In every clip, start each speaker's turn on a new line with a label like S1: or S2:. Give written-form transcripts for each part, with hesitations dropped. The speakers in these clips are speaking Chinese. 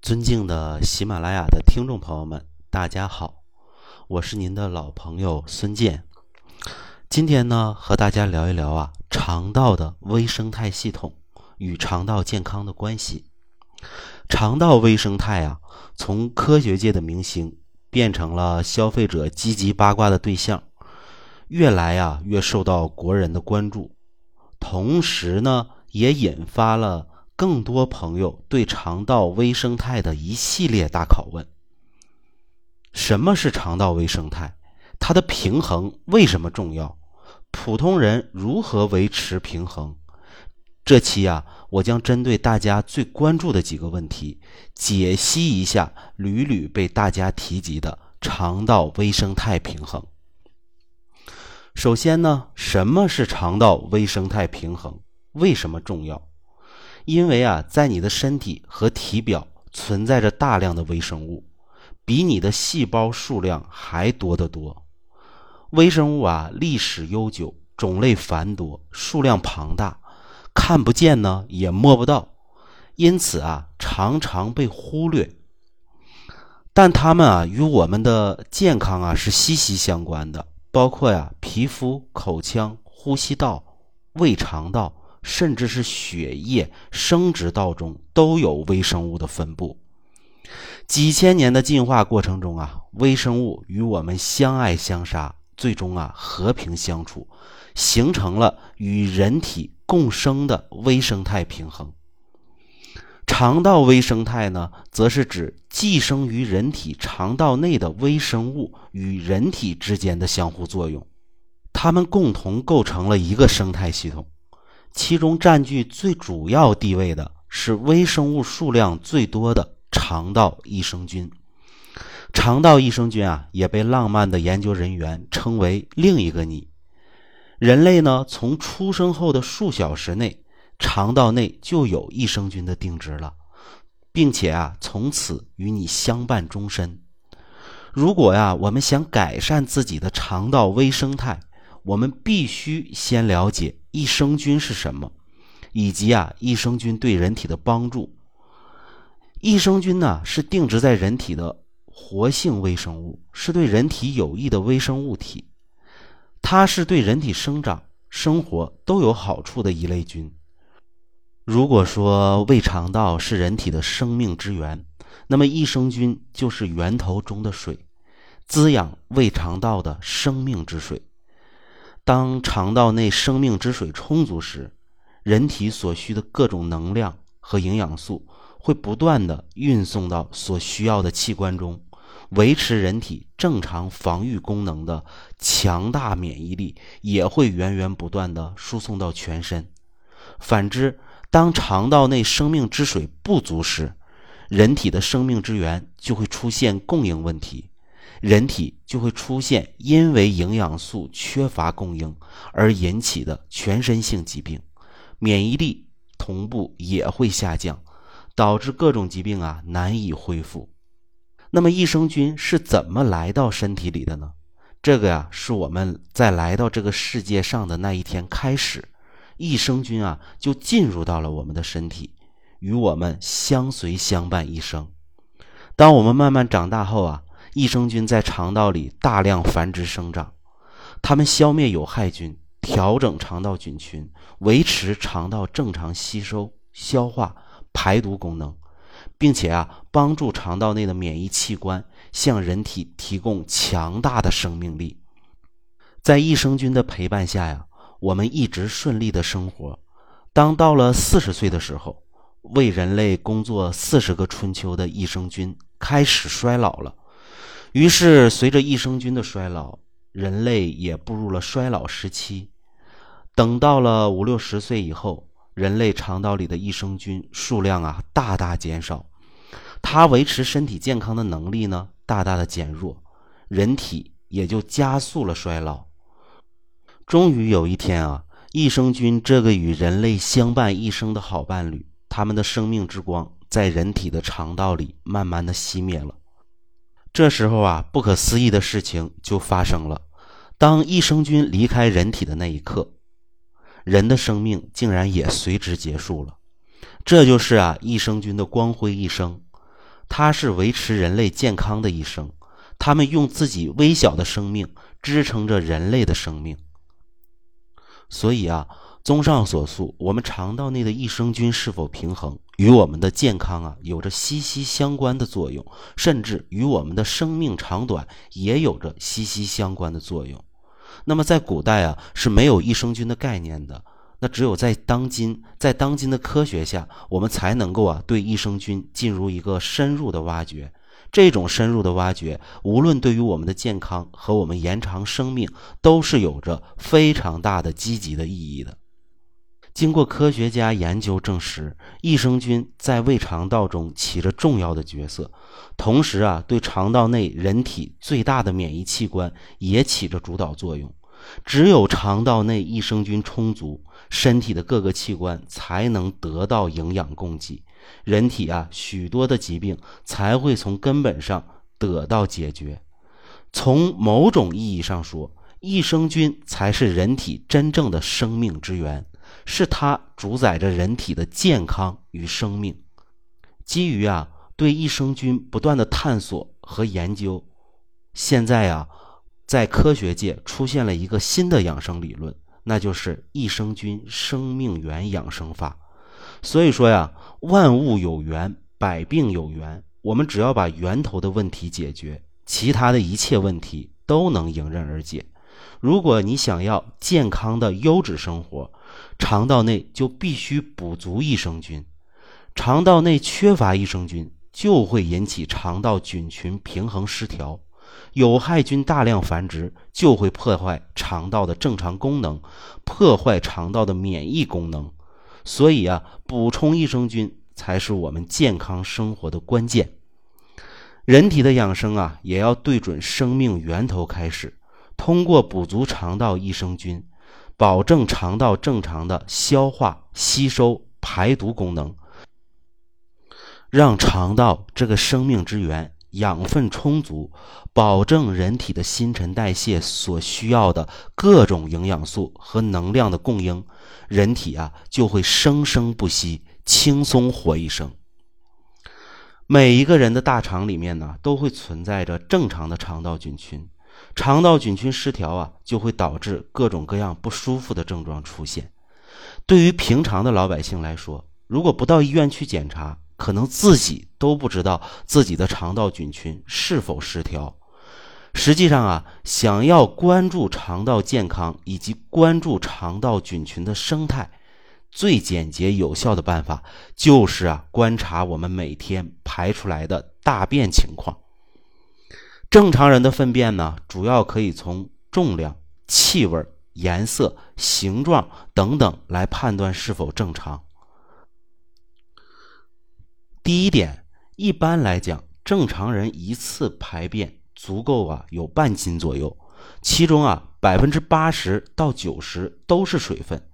S1: 尊敬的喜马拉雅的听众朋友们，大家好，我是您的老朋友孙健。今天呢，和大家聊一聊肠道的微生态系统与肠道健康的关系。肠道微生态从科学界的明星变成了消费者积极八卦的对象，越来越受到国人的关注。同时呢，也引发了更多朋友对肠道微生态的一系列大拷问。什么是肠道微生态？它的平衡为什么重要？普通人如何维持平衡？这期我将针对大家最关注的几个问题，解析一下屡屡被大家提及的肠道微生态平衡。首先呢，什么是肠道微生态平衡？为什么重要？因为在你的身体和体表存在着大量的微生物，比你的细胞数量还多得多。微生物历史悠久，种类繁多，数量庞大，看不见呢也摸不到，因此常常被忽略。但它们与我们的健康是息息相关的，包括皮肤、口腔、呼吸道、胃肠道，甚至是血液、生殖道中都有微生物的分布。几千年的进化过程中微生物与我们相爱相杀，最终和平相处，形成了与人体共生的微生态平衡。肠道微生态呢，则是指寄生于人体肠道内的微生物与人体之间的相互作用，它们共同构成了一个生态系统。其中占据最主要地位的是微生物数量最多的肠道益生菌。肠道益生菌也被浪漫的研究人员称为另一个你。人类呢，从出生后的数小时内，肠道内就有益生菌的定植了，并且从此与你相伴终身。如果我们想改善自己的肠道微生态，我们必须先了解益生菌是什么，以及益生菌对人体的帮助。益生菌呢，是定植在人体的活性微生物，是对人体有益的微生物体，它是对人体生长、生活都有好处的一类菌。如果说胃肠道是人体的生命之源，那么益生菌就是源头中的水，滋养胃肠道的生命之水。当肠道内生命之水充足时，人体所需的各种能量和营养素会不断地运送到所需要的器官中，维持人体正常防御功能的强大免疫力也会源源不断地输送到全身。反之，当肠道内生命之水不足时，人体的生命之源就会出现供应问题，人体就会出现因为营养素缺乏供应而引起的全身性疾病，免疫力同步也会下降，导致各种疾病难以恢复。那么益生菌是怎么来到身体里的呢？这个是我们在来到这个世界上的那一天开始，益生菌就进入到了我们的身体，与我们相随相伴一生。当我们慢慢长大后益生菌在肠道里大量繁殖生长，它们消灭有害菌，调整肠道菌群，维持肠道正常吸收、消化、排毒功能，并且帮助肠道内的免疫器官向人体提供强大的生命力。在益生菌的陪伴下我们一直顺利的生活。当到了40岁的时候，为人类工作40个春秋的益生菌开始衰老了。于是随着益生菌的衰老，人类也步入了衰老时期。等到了50、60岁以后，人类肠道里的益生菌数量大大减少，它维持身体健康的能力呢大大的减弱，人体也就加速了衰老。终于有一天益生菌这个与人类相伴一生的好伴侣，他们的生命之光在人体的肠道里慢慢的熄灭了。这时候不可思议的事情就发生了。当益生菌离开人体的那一刻，人的生命竟然也随之结束了。这就是益生菌的光辉一生。 它是维持人类健康的一生，它们用自己微小的生命支撑着人类的生命。所以综上所述，我们肠道内的益生菌是否平衡，与我们的健康有着息息相关的作用，甚至与我们的生命长短也有着息息相关的作用。那么在古代是没有益生菌的概念的，那只有在当今的科学下，我们才能够对益生菌进入一个深入的挖掘。这种深入的挖掘，无论对于我们的健康和我们延长生命，都是有着非常大的积极的意义的。经过科学家研究证实，益生菌在胃肠道中起着重要的角色，同时对肠道内人体最大的免疫器官也起着主导作用。只有肠道内益生菌充足，身体的各个器官才能得到营养供给，人体许多的疾病才会从根本上得到解决。从某种意义上说，益生菌才是人体真正的生命之源，是它主宰着人体的健康与生命。基于对益生菌不断的探索和研究，现在在科学界出现了一个新的养生理论，那就是益生菌生命源养生法。所以说万物有源，百病有源，我们只要把源头的问题解决，其他的一切问题都能迎刃而解。如果你想要健康的优质生活，肠道内就必须补足益生菌。肠道内缺乏益生菌，就会引起肠道菌群平衡失调，有害菌大量繁殖，就会破坏肠道的正常功能，破坏肠道的免疫功能。所以补充益生菌才是我们健康生活的关键。人体的养生也要对准生命源头开始，通过补足肠道益生菌，保证肠道正常的消化、吸收、排毒功能，让肠道这个生命之源养分充足，保证人体的新陈代谢所需要的各种营养素和能量的供应，人体就会生生不息，轻松活一生。每一个人的大肠里面都会存在着正常的肠道菌群，肠道菌群失调就会导致各种各样不舒服的症状出现。对于平常的老百姓来说，如果不到医院去检查，可能自己都不知道自己的肠道菌群是否失调。实际上想要关注肠道健康以及关注肠道菌群的生态，最简洁有效的办法就是观察我们每天排出来的大便情况。正常人的粪便主要可以从重量、气味、颜色、形状等等来判断是否正常。第一点，一般来讲，正常人一次排便足够有半斤左右，其中80%到90%都是水分。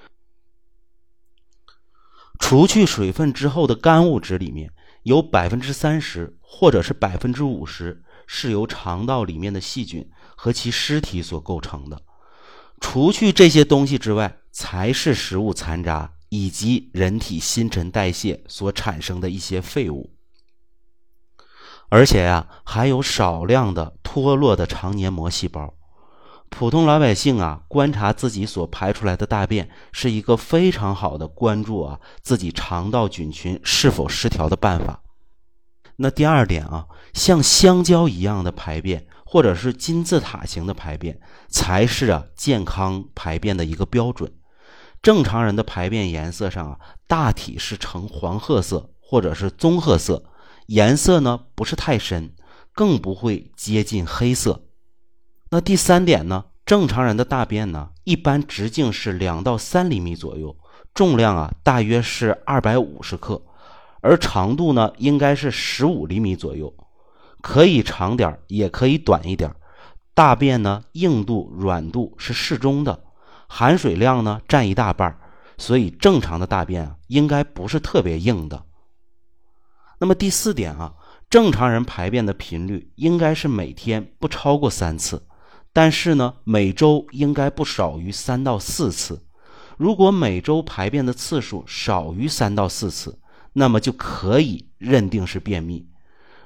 S1: 除去水分之后的干物质里面，有30%或者是50%是由肠道里面的细菌和其尸体所构成的。除去这些东西之外，才是食物残渣以及人体新陈代谢所产生的一些废物。而且还有少量的脱落的肠黏膜细胞。普通老百姓观察自己所排出来的大便，是一个非常好的关注自己肠道菌群是否失调的办法。那第二点像香蕉一样的排便，或者是金字塔型的排便，才是健康排便的一个标准。正常人的排便颜色上大体是呈黄褐色或者是棕褐色，颜色呢不是太深，更不会接近黑色。那第三点呢，正常人的大便呢，一般直径是2到3厘米左右，重量大约是250克，而长度呢应该是15厘米左右，可以长点也可以短一点。大便呢硬度软度是适中的，含水量呢占一大半，所以正常的大便应该不是特别硬的。那么第四点正常人排便的频率应该是每天不超过3次，但是呢每周应该不少于3到4次。如果每周排便的次数少于3到4次，那么就可以认定是便秘。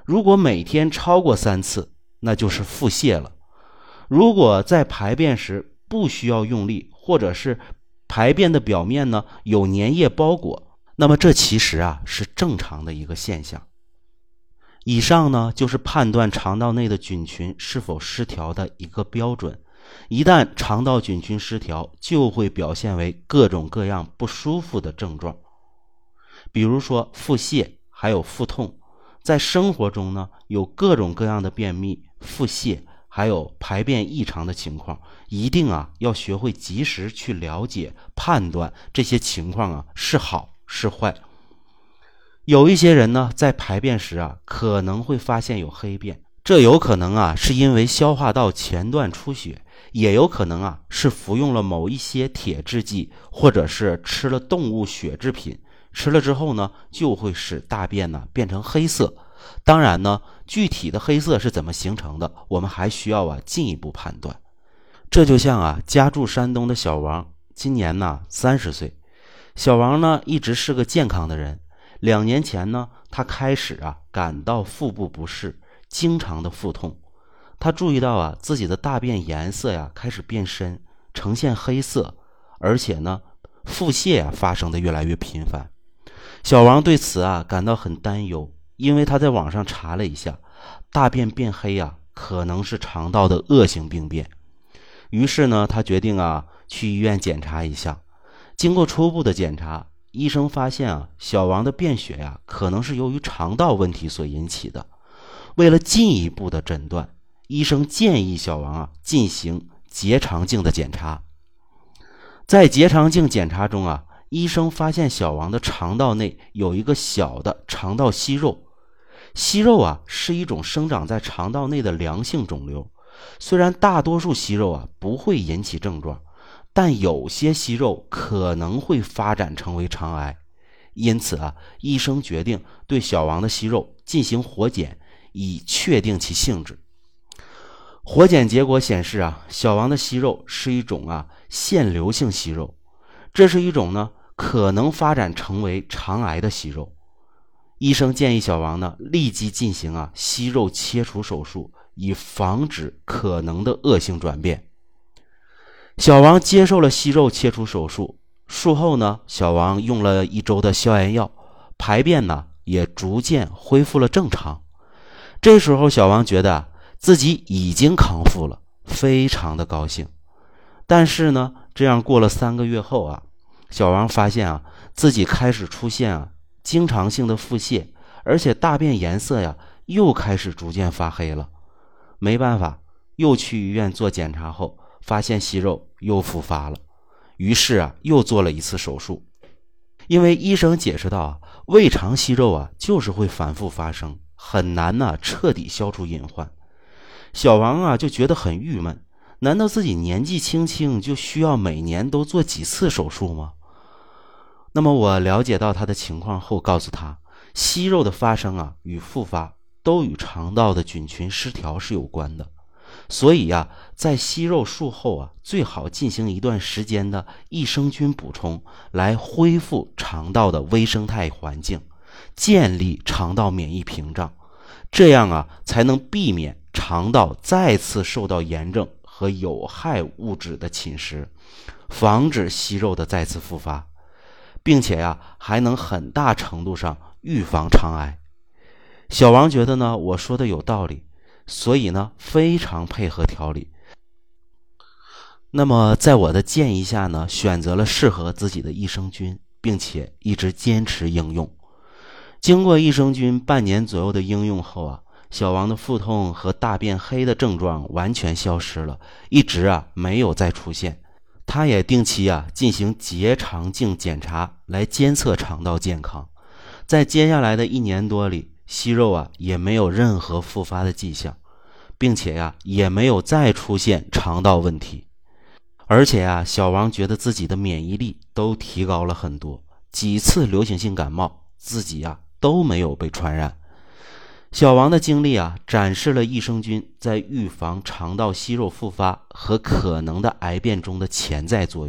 S1: 如果每天超过3次，那就是腹泻了。如果在排便时不需要用力，或者是排便的表面呢有粘液包裹，那么这其实是正常的一个现象。以上呢就是判断肠道内的菌群是否失调的一个标准。一旦肠道菌群失调，就会表现为各种各样不舒服的症状，比如说腹泻，还有腹痛。在生活中呢，有各种各样的便秘、腹泻，还有排便异常的情况，一定要学会及时去了解、判断这些情况是好是坏。有一些人呢，在排便时可能会发现有黑便，这有可能是因为消化道前段出血，也有可能是服用了某一些铁制剂，或者是吃了动物血制品，吃了之后呢，就会使大便变成黑色。当然呢，具体的黑色是怎么形成的，我们还需要进一步判断。这就像家住山东的小王，今年30岁。小王呢一直是个健康的人。2年前呢，他开始感到腹部不适，经常的腹痛。他注意到自己的大便颜色开始变深，呈现黑色，而且呢腹泻发生的越来越频繁。小王对此感到很担忧，因为他在网上查了一下，大便变黑可能是肠道的恶性病变。于是呢，他决定去医院检查一下。经过初步的检查，医生发现小王的便血可能是由于肠道问题所引起的。为了进一步的诊断，医生建议小王进行结肠镜的检查。在结肠镜检查中医生发现小王的肠道内有一个小的肠道息肉。息肉是一种生长在肠道内的良性肿瘤。虽然大多数息肉不会引起症状，但有些息肉可能会发展成为肠癌。因此医生决定对小王的息肉进行活检，以确定其性质。活检结果显示小王的息肉是一种腺瘤性息肉，这是一种呢可能发展成为肠癌的息肉。医生建议小王呢立即进行息肉切除手术，以防止可能的恶性转变。小王接受了息肉切除手术，术后呢，小王用了1周的消炎药，排便呢也逐渐恢复了正常。这时候小王觉得自己已经康复了，非常的高兴。但是呢，这样过了3个月后小王发现自己开始出现经常性的腹泻，而且大便颜色又开始逐渐发黑了。没办法，又去医院做检查后，发现息肉又复发了，于是又做了一次手术。因为医生解释到胃肠息肉就是会反复发生，很难彻底消除隐患。小王就觉得很郁闷，难道自己年纪轻轻就需要每年都做几次手术吗？那么我了解到他的情况后，告诉他息肉的发生与复发都与肠道的菌群失调是有关的。所以在息肉术后最好进行一段时间的益生菌补充，来恢复肠道的微生态环境，建立肠道免疫屏障，这样才能避免肠道再次受到炎症和有害物质的侵蚀，防止息肉的再次复发，并且还能很大程度上预防肠癌。小王觉得呢，我说的有道理，所以呢，非常配合调理。那么在我的建议下呢，选择了适合自己的益生菌，并且一直坚持应用。经过益生菌半年左右的应用后小王的腹痛和大便黑的症状完全消失了，一直没有再出现。他也定期进行结肠镜检查，来监测肠道健康。在接下来的1年多里，息肉也没有任何复发的迹象，并且也没有再出现肠道问题。而且小王觉得自己的免疫力都提高了很多，几次流行性感冒自己都没有被传染。小王的经历展示了益生菌在预防肠道息肉复发和可能的癌变中的潜在作用。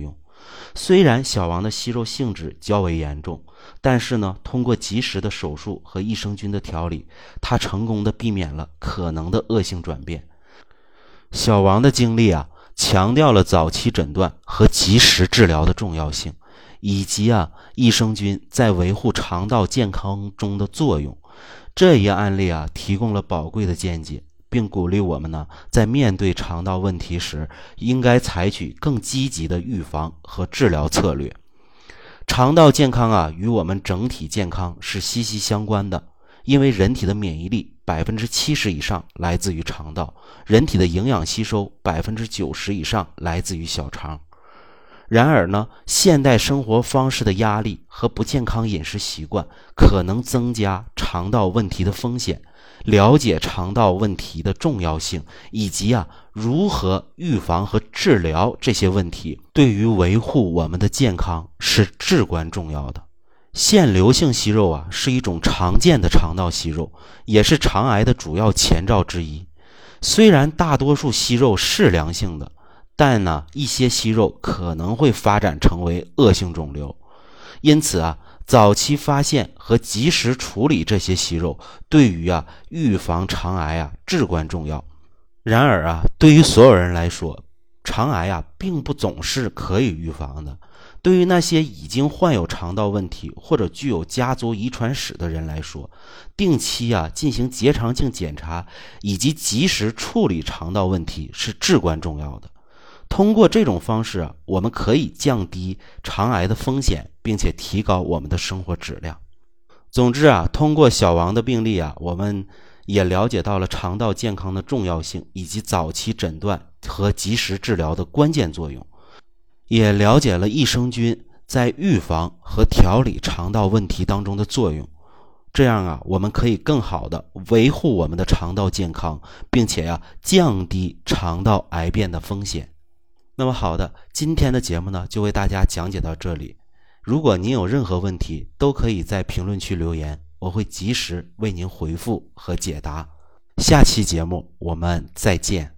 S1: 虽然小王的息肉性质较为严重，但是呢，通过及时的手术和益生菌的调理，他成功的避免了可能的恶性转变。小王的经历强调了早期诊断和及时治疗的重要性，以及益生菌在维护肠道健康中的作用。这一案例提供了宝贵的见解，并鼓励我们呢，在面对肠道问题时，应该采取更积极的预防和治疗策略。肠道健康与我们整体健康是息息相关的，因为人体的免疫力70%以上来自于肠道，人体的营养吸收90%以上来自于小肠。然而呢，现代生活方式的压力和不健康饮食习惯可能增加肠道问题的风险。了解肠道问题的重要性，以及如何预防和治疗这些问题，对于维护我们的健康是至关重要的。腺瘤性息肉是一种常见的肠道息肉，也是肠癌的主要前兆之一。虽然大多数息肉是良性的，但一些息肉可能会发展成为恶性肿瘤。因此早期发现和及时处理这些息肉，对于预防肠癌至关重要。然而对于所有人来说，肠癌并不总是可以预防的。对于那些已经患有肠道问题或者具有家族遗传史的人来说，定期进行结肠镜检查以及及时处理肠道问题是至关重要的。通过这种方式我们可以降低肠癌的风险，并且提高我们的生活质量。总之通过小王的病例我们也了解到了肠道健康的重要性，以及早期诊断和及时治疗的关键作用，也了解了益生菌在预防和调理肠道问题当中的作用。这样我们可以更好的维护我们的肠道健康，并且降低肠道癌变的风险。那么好的，今天的节目呢就为大家讲解到这里。如果您有任何问题，都可以在评论区留言，我会及时为您回复和解答。下期节目我们再见。